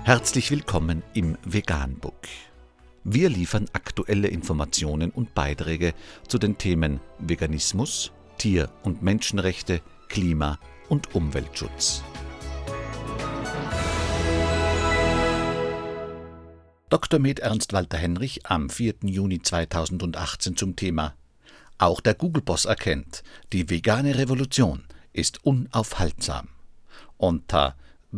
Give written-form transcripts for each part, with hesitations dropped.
Herzlich willkommen im Veganbook. Wir liefern aktuelle Informationen und Beiträge zu den Themen Veganismus, Tier- und Menschenrechte, Klima- und Umweltschutz. Dr. Med. Ernst Walter Henrich am 4. Juni 2018 zum Thema: Auch der Google-Boss erkennt, die vegane Revolution ist unaufhaltsam. Unter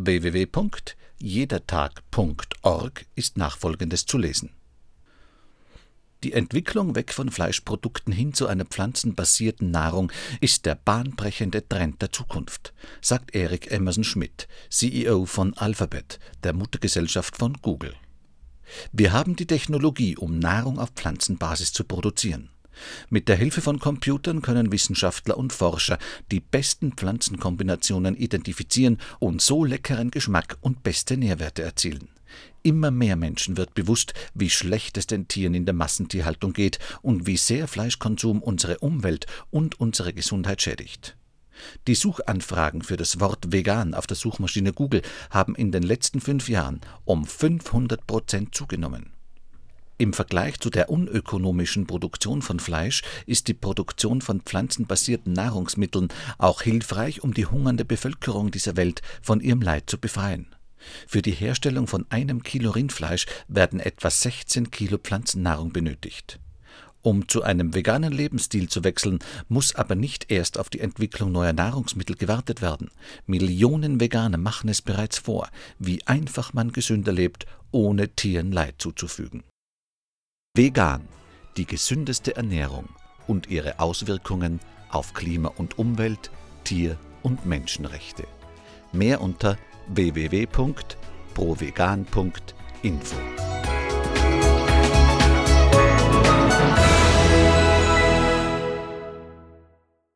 www.jedertag.org ist Nachfolgendes zu lesen. Die Entwicklung weg von Fleischprodukten hin zu einer pflanzenbasierten Nahrung ist der bahnbrechende Trend der Zukunft, sagt Eric Emerson-Schmidt, CEO von Alphabet, der Muttergesellschaft von Google. Wir haben die Technologie, um Nahrung auf Pflanzenbasis zu produzieren. Mit der Hilfe von Computern können Wissenschaftler und Forscher die besten Pflanzenkombinationen identifizieren und so leckeren Geschmack und beste Nährwerte erzielen. Immer mehr Menschen wird bewusst, wie schlecht es den Tieren in der Massentierhaltung geht und wie sehr Fleischkonsum unsere Umwelt und unsere Gesundheit schädigt. Die Suchanfragen für das Wort vegan auf der Suchmaschine Google haben in den letzten 5 Jahren um 500% zugenommen. Im Vergleich zu der unökonomischen Produktion von Fleisch ist die Produktion von pflanzenbasierten Nahrungsmitteln auch hilfreich, um die hungernde Bevölkerung dieser Welt von ihrem Leid zu befreien. Für die Herstellung von 1 Kilo Rindfleisch werden etwa 16 Kilo Pflanzennahrung benötigt. Um zu einem veganen Lebensstil zu wechseln, muss aber nicht erst auf die Entwicklung neuer Nahrungsmittel gewartet werden. Millionen Veganer machen es bereits vor, wie einfach man gesünder lebt, ohne Tieren Leid zuzufügen. Vegan, die gesündeste Ernährung und ihre Auswirkungen auf Klima und Umwelt, Tier- und Menschenrechte. Mehr unter www.provegan.info.